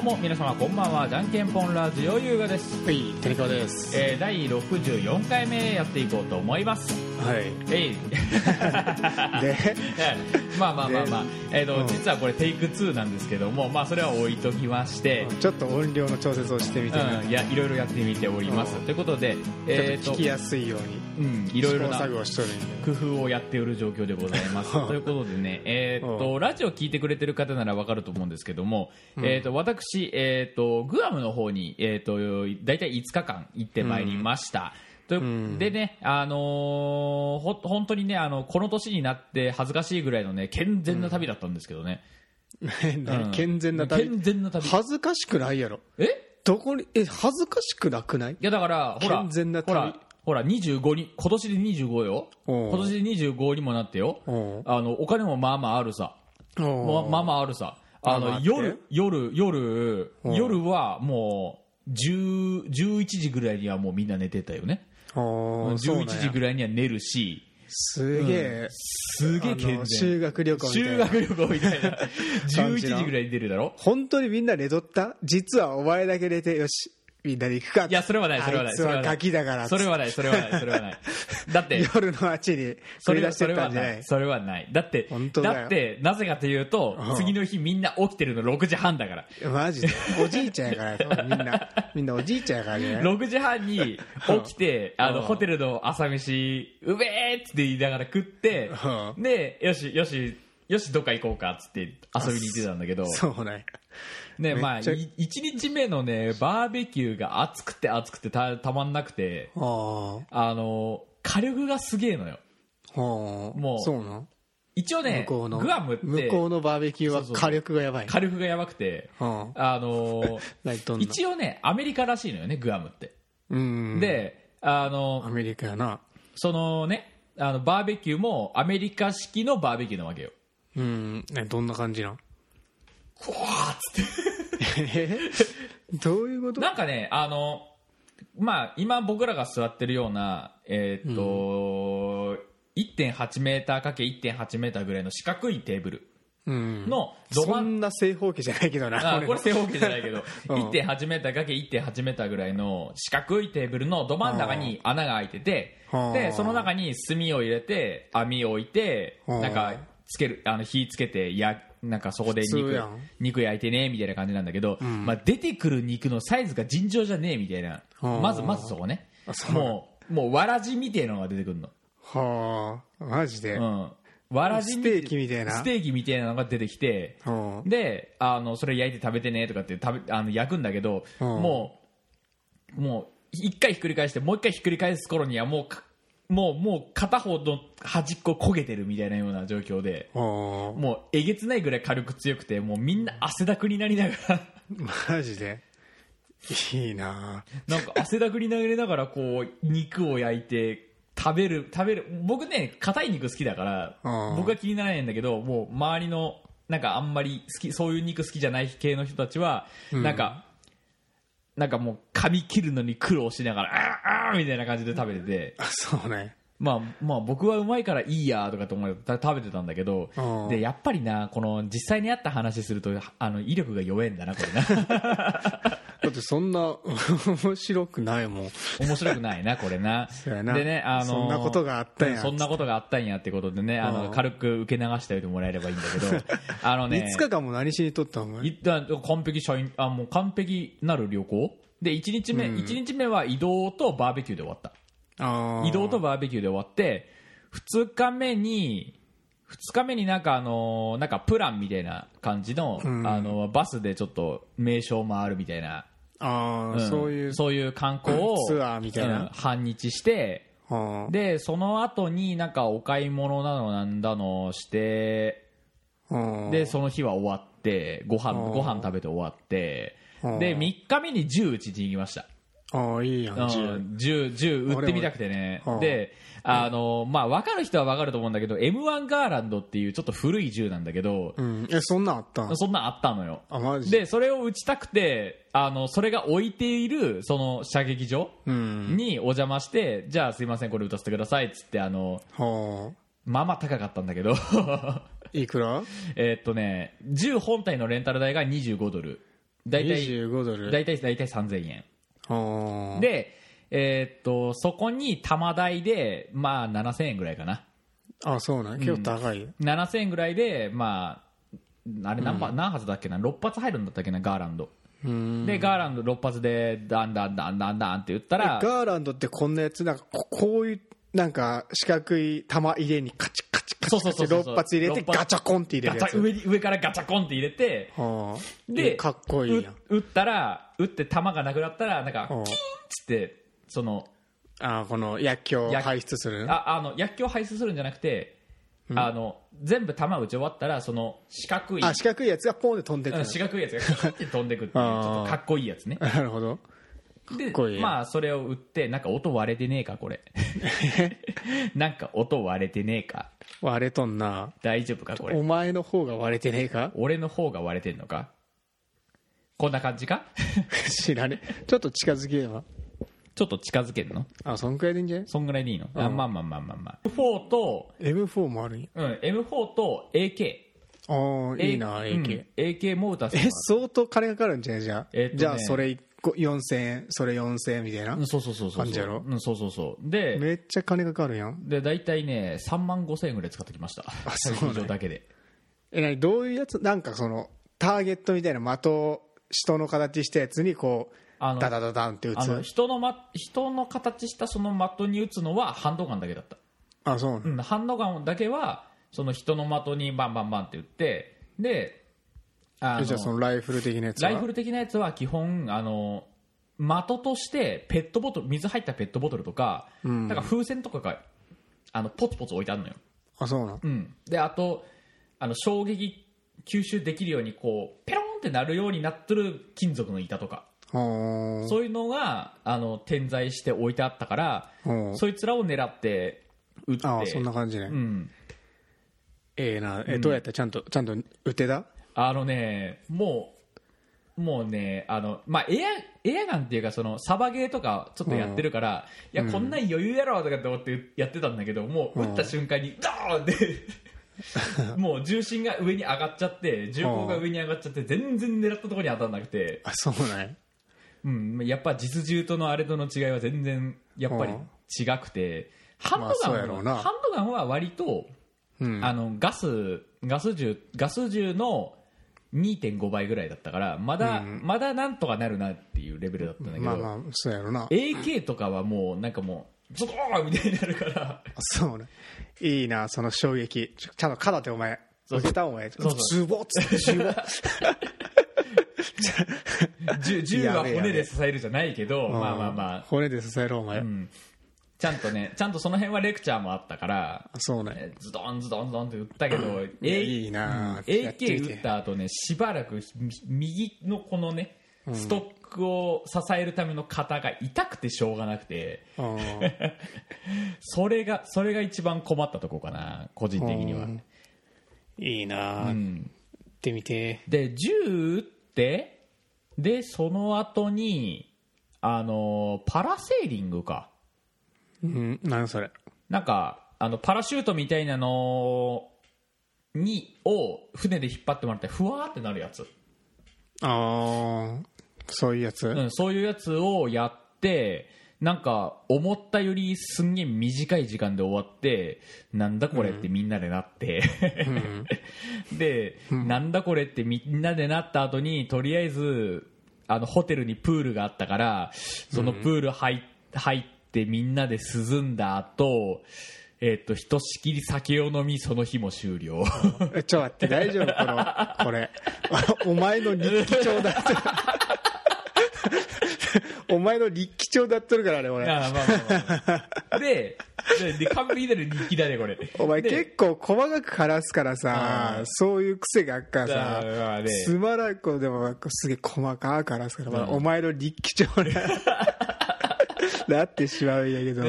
も皆様こんばんは。じゃんけんぽんラジオ優雅です。 はい、谷川です。 第64回目やっていこうと思います。 はい。 でまあ、実はこれテイク2なんですけども、まあそれは置いときまして、 ちょっと音量の調節をしてみて、 いやいろいろやってみております。ということで、 聞きやすいように、 いろいろな試行錯誤しとる工夫をやっておる状況でございますということでね、ラジオ聞いてくれてる方ならわかると思うんですけども、私、グアムの方に、だいたい5日間行ってまいりました。でね、本当にね、この年になって恥ずかしいぐらいのね、健全な旅だったんですけどね。 健全な旅。 健全な旅。 恥ずかしくないやろ。どこに、恥ずかしくなくない？いやだから、 健全な旅。 ほら25に、今年で25よ。今年で25にもなってよ。お金もまあまああるさ。まあまああるさ。夜はもう11時ぐらいにはもうみんな寝てたよね。11時ぐらいには寝るし、 すげえ健全、 修学旅行みたいな 11時ぐらいに出るだろ。 本当にみんな寝とった？実はお前だけ寝て、よしみんなで行くか。 いやそれはない。 あいつはガキだからそれはないだって夜の街に繰り出してたんじゃない？ それはない。だってなぜかというと、次の日みんな起きてるの6時半だから。 マジでおじいちゃんやからみんなおじいちゃんやからね。 6時半に起きてホテルの朝飯うめーっつって言いながら食って、でよしどっか行こうかっつって遊びに行ってたんだけど、 そうね。 まあ1日目のねバーベキューが暑くてたまんなくて、火力がすげえのよ。もうそうなん？ 一応ね、グアムって向こうのバーベキューは火力がやばい。 火力がやばくて、一応ねアメリカらしいのよね、グアムって。でアメリカやな。 そのねバーベキューもアメリカ式のバーベキューなわけよ。 どんな感じなん？ こわーっつってどういうこと？ なんかねまあ今僕らが座ってるような1.8 メーター ×1.8 メーターぐらいの四角いテーブルのそんな正方形じゃないけどな。 これ正方形じゃないけど1.8 メーター ×1.8 メーターぐらいの四角いテーブルのど真ん中に穴が開いてて、でその中に炭を入れて網を置いて、なんかつける火つけてなんかそこで肉焼いてねみたいな感じなんだけど、まあ、出てくる肉のサイズが尋常じゃねえみたいな。まずそこね、もうわらじみたいなのが出てくるの。 はあ、マジで。 わらじステーキみたいなのが出てきて、でそれ焼いて食べてねとかって焼くんだけど、もう一回ひっくり返してもう一回ひっくり返す頃にはもう片方の端っこ焦げてるみたいなような状況で、もうえげつないぐらい火力強くて、もうみんな汗だくになりながらマジでいいな。 なんか汗だくになりながらこう肉を焼いて食べる。僕ね硬い肉好きだから僕は気にならないんだけど、もう周りのなんかあんまりそういう肉好きじゃない系の人たちは、なんかもう噛み切るのに苦労しながらみたいな感じで食べてて、 そうね。まあ僕はうまいからいいやとかと思って食べてたんだけど、でやっぱりな、この実際にあった話すると威力が弱えんだなこれなだってそんな面白くないもん。 面白くないなこれな。 でね、そんなことがあったんや。 そんなことがあったんやってことでね、軽く受け流しておいてもらえればいいんだけど 5日間も何しにとったの？ もう完璧なる旅行で、1日目は移動とバーベキューで終わった。移動とバーベキューで終わって、2日目になんかプランみたいな感じの、バスでちょっと名所を回るみたいな、そういう観光をツアーみたいな、 半日して、でその後になんかお買い物なのなんだのして、でその日は終わってご飯食べて終わって、で3日目に銃撃ちに行きました。 いいやん。 銃撃ってみたくてね。でまあ分かる人は分かると思うんだけど、 M1 ガーランドっていうちょっと古い銃なんだけど、 そんなんあったのよ。 マジでそれを撃ちたくて、それが置いているその射撃場にお邪魔して、じゃあすいませんこれ撃たせてくださいっつって、まあまあ高かったんだけどいくら？ 銃本体のレンタル代が25ドル大体 25ドル大体3000円ああで、そこに玉代でまあ7000円ぐらいかな。 あ、そうなん、結構高いよ、 7000円ぐらいでまああれ何発だっけな、6発入るんだったっけな、ガーランドでガーランド6発でダンダンダンダンダンって言ったら、 ガーランドってこんなやつなんかこういうなんか四角い玉入れにカチカチカチカチ6発入れてガチャコンって入れるやつ、 上からガチャコンって入れて、でかっこいいやん。 打って弾がなくなったらなんかキーンっつってそのこの薬莢を排出する、 薬莢を排出するんじゃなくて、全部弾打ち終わったらその四角いやつがポンで飛んでくる、 四角いやつがキーンって飛んでくっていうちょっとかっこいいやつね。 なるほど。 でまあそれを打ってなんか音割れてねえかこれなんか音割れてねえか、 割れとんな。 大丈夫かこれ、 お前の方が割れてねえか、 俺の方が割れてんのか、こんな感じか知らねえ。ちょっと近づけよ。 ちょっと近づけるの、 そんくらいでいいんじゃない？ そんぐらいでいいの、まあまあまあまあまあ M4 と M4 もあるんや。 M4 と AK、 いいな AK、 AK も打たせ相当金かかるんじゃない？じゃあ、じゃあそれ1個4000円、それ4000円みたいな、 そう感じやろ。 そうでめっちゃ金かかるやん。 で大体ね3万5000円ぐらい使ってきました、 そうだけで。 どういうやつ、なんかそのターゲットみたいな的を人の形したやつにこうダダダダンって打つ、 人の形したその的に打つのはハンドガンだけだった。 そうなん、 ハンドガンだけはその人の的にバンバンバンって打って、でじゃあそのライフル的なやつは、 ライフル的なやつは基本的としてペットボトル、水入ったペットボトルとか、なんか風船とかがポツポツ置いてあるのよ。 そうなん、 であと衝撃吸収できるようにこうペロンってなるようになってる金属の板とか、そういうのが点在して置いてあったから、そいつらを狙って撃って、 そんな感じね。どうやったらちゃんと撃てた？ もうねまあエアガンっていうかそのサバゲーとかちょっとやってるから、いやこんなん余裕やろとかって思ってやってたんだけど、もう撃った瞬間にドーンってもう重心が上に上がっちゃって、銃口が上に上がっちゃって全然狙ったところに当たらなくて、 そうなんや。 やっぱ実銃とのあれとの違いは全然やっぱり違くて、ハンドガンは割と、ガス銃の 2.5 倍ぐらいだったから、まだなんとかなるなっていうレベルだったんだけど、 そうやろな。 AK とかはもうなんかもうズドーンみたいになるからそうね。いいなその衝撃。ちゃんと肩でお前受けた、お前ズボッズボッ銃は骨で支えるじゃないけど、まあ骨で支えるお前、 ちゃんとその辺はレクチャーもあったから、 そうね、 ズドンズドンズドンって打ったけど、 いいな、 AK 打った後ね、しばらく右のこのねストックを支えるための肩が痛くてしょうがなくてそれが一番困ったとこかな、個人的には。 いいな、ってみて。 で銃撃って、でその後にパラセーリングか、 何それ。 なんかパラシュートみたいなのを船で引っ張ってもらってふわーってなるやつ、 そういうやつ、 そういうやつをやって、なんか思ったよりすんげえ短い時間で終わって、なんだこれってみんなでなってで、なんだこれってみんなでなった後に、とりあえずホテルにプールがあったから、そのプール入ってみんなで涼んだ後、ひとしきり酒を飲み、その日も終了ちょっと待って、大丈夫これお前の日記帳だってお前の日記帳だっとるからね、俺。 で完璧なる日記だねこれ。 お前結構細かく話すからさ、そういう癖があっからさ、つまらん子でもすげえ細かく話すから、お前の日記帳なってしまうんやけど、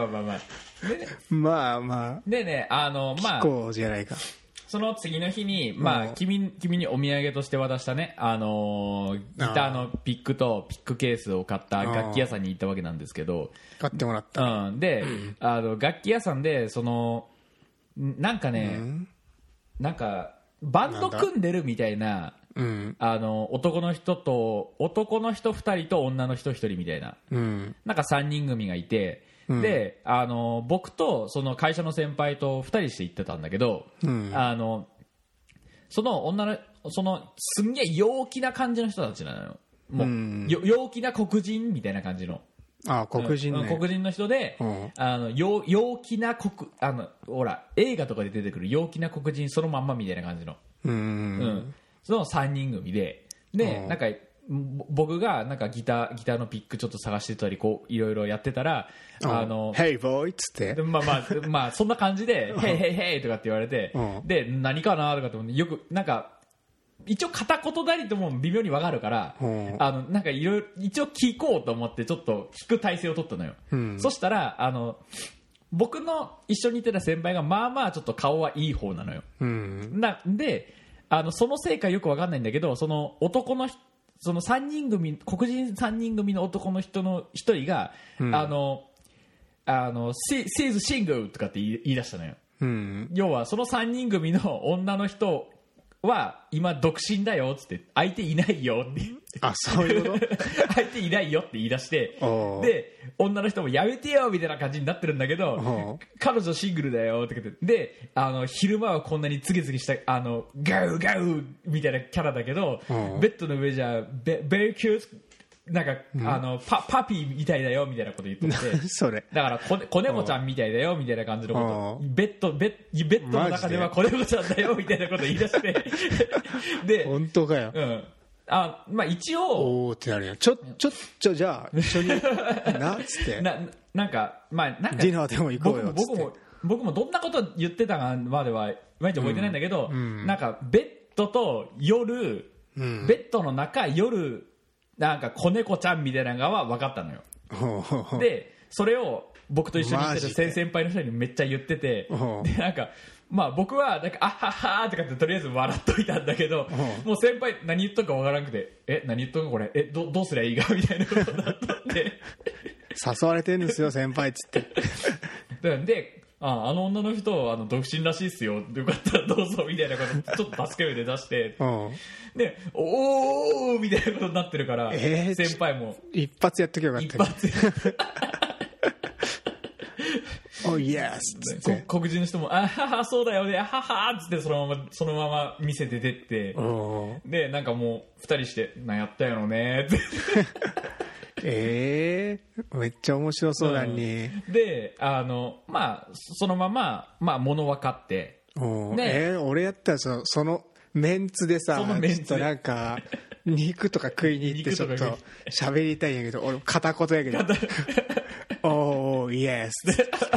まあでね、 気候じゃないか。 その次の日に、君にお土産として渡したね、ギターのピックとピックケースを買った楽器屋さんに行ったわけなんですけど、 買ってもらった、 で、楽器屋さんでなんかね、なんかバンド組んでるみたいなうん、 男の人2人と女の人1人みたいな、 うん、 なんか3人組がいて、うん、で僕とその会社の先輩と2人して行ってたんだけど、 うん、 そのすんげえ陽気な感じの人たちなのよ。もう、うん、陽気な黒人みたいな感じの。 黒人ね。 黒人の人で、 うん、 陽気なほら映画とかで出てくる陽気な黒人そのまんまみたいな感じの、 うん、 その3人組で、なんか僕がなんかギターのピックちょっと探してたりこういろいろやってたら、 Hey boy っつって、 まあそんな感じでHey hey hey とかって言われて、で何かなとかって思ってよくなんか。一応片言だりとも微妙に分かるから、なんかいろいろ一応聞こうと思ってちょっと聞く体勢を取ったのよ、 うん、 そしたら僕の一緒にいてた先輩がまあまあちょっと顔はいい方なのよ、 うん、 なんでそのせいかよく分かんないんだけど、その3人組黒人3人組の男の人の1人が、 うん、 She's single とかって言い出したのよ、 うん、 要はその3人組の女の人は今独身だよっつって相手いないよってそういうこと相手いないよって言い出して、で女の人もやめてよみたいな感じになってるんだけど、彼女シングルだよって言って、で昼間はこんなにツゲツゲしたガウガウみたいなキャラだけど、ベッドの上じゃベリーキューなんか、パピーみたいだよみたいなこと言っててそれだから子猫ちゃんみたいだよみたいな感じのこと、ベッドの中では子猫ちゃんだよみたいなこと言い出してで本当かよ、 うん、まあ一応おーってなるよ。ちょじゃあ一緒になっつってなんかまあなんかディナーでも行こうよっつって僕もどんなこと言ってたかまではいまいち覚えてないんだけど、なんかベッドと夜、ベッドの中夜なんか子猫ちゃんみたいなのが分かったのよ。でそれを僕と一緒に行ってた先輩の人にめっちゃ言ってて、でなんかまあ僕はなんかあははとかってとりあえず笑っといたんだけど、もう先輩何言っとくか分からなくて何言っとくかこれどうすりゃいいかみたいなことになって誘われてるんですよ先輩っつってで女の人独身らしいっすよよかったらどうぞみたいなことちょっと助け舟で出してでおーみたいなことになってるから、先輩も一発やっときゃよかった一発おイエスって黒人の人もあははそうだよねあははっつってそのまま見せて出てでなんかもう2人してやったやろねってめっちゃ面白そうだに、 でまあそのまま、まあ、物分かって俺やったらそのメンツでさちょっとなんか肉とか食いに行ってちょっと喋りたいんやけど俺片言やけどおーイエス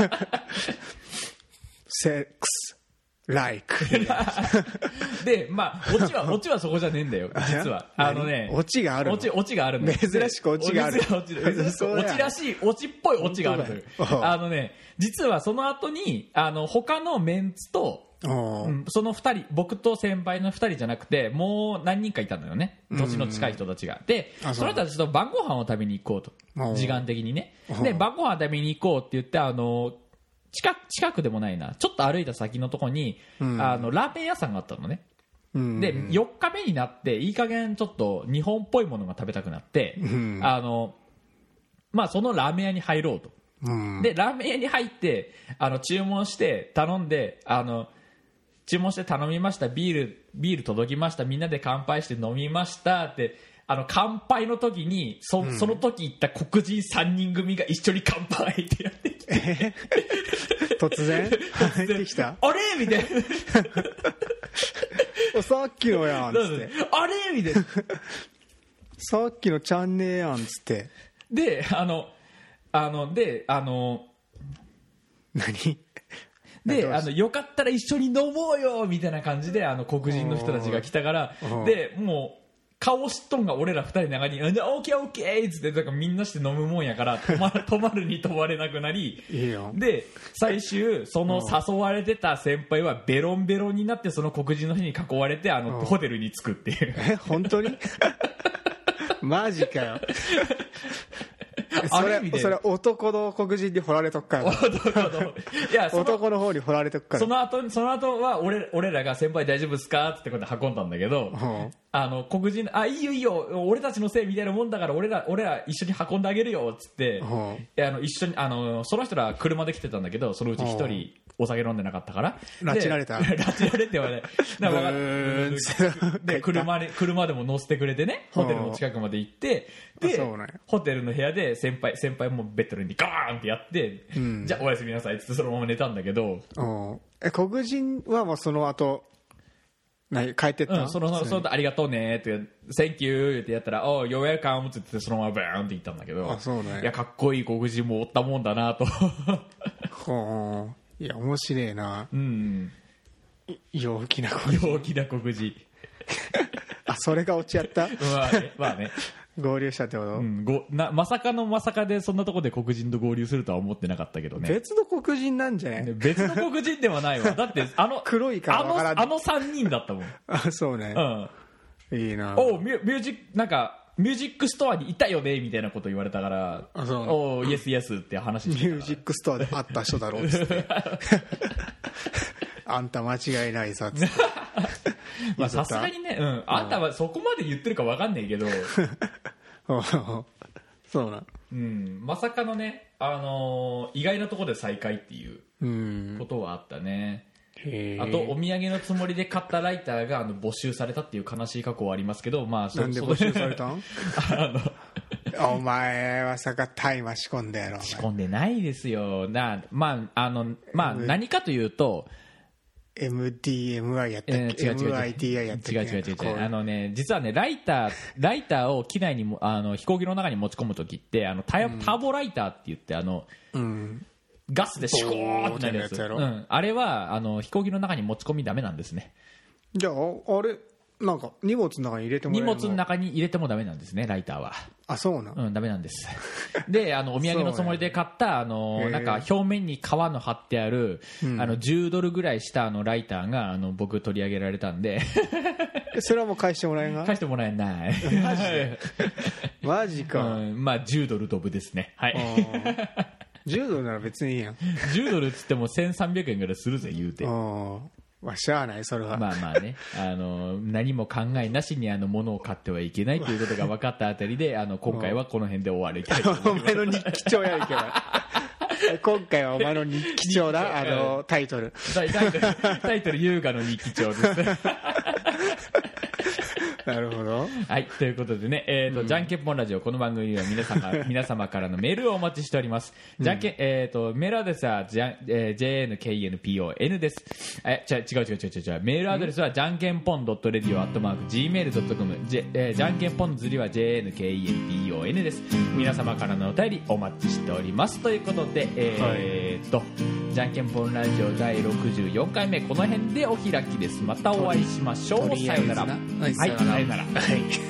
セックスライクでまあオチはそこじゃねえんだよ実はオチがあるオチがあるんだよ珍しくオチがあるオチらしいオチっぽいオチがあるのよ実はその後に他のメンツとその2人僕と先輩の2人じゃなくてもう何人かいたのよね年の近い人たちがでその人たちと晩ご飯を食べに行こうと時間的にねで晩ご飯食べに行こうって言って近くでもないなちょっと歩いた先のとこに、ラーメン屋さんがあったのね、で4日目になっていい加減ちょっと日本っぽいものが食べたくなって、まあそのラーメン屋に入ろうと、でラーメン屋に入って注文して頼んで注文して頼みましたビール届きましたみんなで乾杯して飲みましたって乾杯の時にその時行った黒人3人組が一緒に乾杯ってやってきて突然入ってきたあれみたいなさっきのやんつってあれみたいなさっきのちゃんねえやんつってで何でよかったら一緒に飲もうよみたいな感じで黒人の人たちが来たからでもう顔知っとんが俺ら2人の中にオッケーオッケーっつってだからみんなして飲むもんやから止まるに止まれなくなりで最終その誘われてた先輩はベロンベロンになってその黒人の人に囲われてホテルに着くっていう本当にマジかよそれは男の黒人に掘られとくから男の方に掘られとくから。 その後は俺らが先輩大丈夫ですかってことで運んだんだけど、黒人いいよいいよ俺たちのせいみたいなもんだから俺ら一緒に運んであげるよっつって、一緒にその人ら車で来てたんだけど、そのうち一人お酒飲んでなかったから拉致られた拉致られてはねで車でも乗せてくれてね、ホテルの近くまで行って、でホテルの部屋で先輩もベッドにガーンってやって、じゃあおやすみなさいっつってそのまま寝たんだけど、 黒人はもうその後帰ってった、 その後ありがとうねって Thank you ってやったらYou're welcome って言ってそのままバーンって言ったんだけど、いやかっこいい黒人もおったもんだなといや面白いな。陽気な黒人それがオチやったまあね合流したってこと、 まさかでそんなとこで黒人と合流するとは思ってなかったけどね。 別の黒人なんじゃない？ 別の黒人ではないわだって黒いから分からん。 3人だったもんそうね、いいな。 ミュージックストアにいたよねみたいなこと言われたから、イエスイエスって話してた。 ミュージックストアで会った人だろうっつってあんた間違いないさっつってさすがにね、あんたはそこまで言ってるか分かんないけどそうな、 まさかのね、意外なところで再会っていうことはあったね。あとお土産のつもりで買ったライターが没収されたっていう悲しい過去はありますけど、なんで没収されたんお前はさか大麻仕込んだやろ。 仕込んでないですよ。何かというと MDMI やったっけ、MITI やったっけ。 違う実はねライターを機内にも飛行機の中に持ち込む時ってターボライターって言ってガスでシュコーってなるやつ、あれは飛行機の中に持ち込みダメなんですね。 じゃああれなんか荷物の中に入れてもらえるの？ 荷物の中に入れてもダメなんですね、ライターは。 そうなダメなんですでお土産のつもりで買ったなんか表面に革の貼ってある10ドルぐらいしたライターが僕取り上げられたんでそれはもう返してもらえんが？ 返してもらえないマジか。 10ドルドブですね。はい 10ドルなら別にいいやん。 10ドルっつっても1300円ぐらいするぜ言うて。 しゃあないそれは。 まあね何も考えなしに物を買ってはいけないということが分かったあたりで今回はこの辺で終わりたいと思います。 お前の日記帳やるけど今回はお前の日記帳だタイトル優雅の日記帳ですなるほど。 はい、ということでね、じゃんけんぽんラジオ、この番組は皆様からのメールをお待ちしております。じゃんけん、メールアドレスはJNKNPON です。違う。メールアドレスはじゃんけんぽん.radio@gmail.com、じゃんけんぽんのずりは JNKNPON です。皆様からのお便りお待ちしております。ということで、じゃんけんぽんラジオ第64回目、この辺でお開きです。またお会いしましょう。さようなら。 はい、さようなら。はい。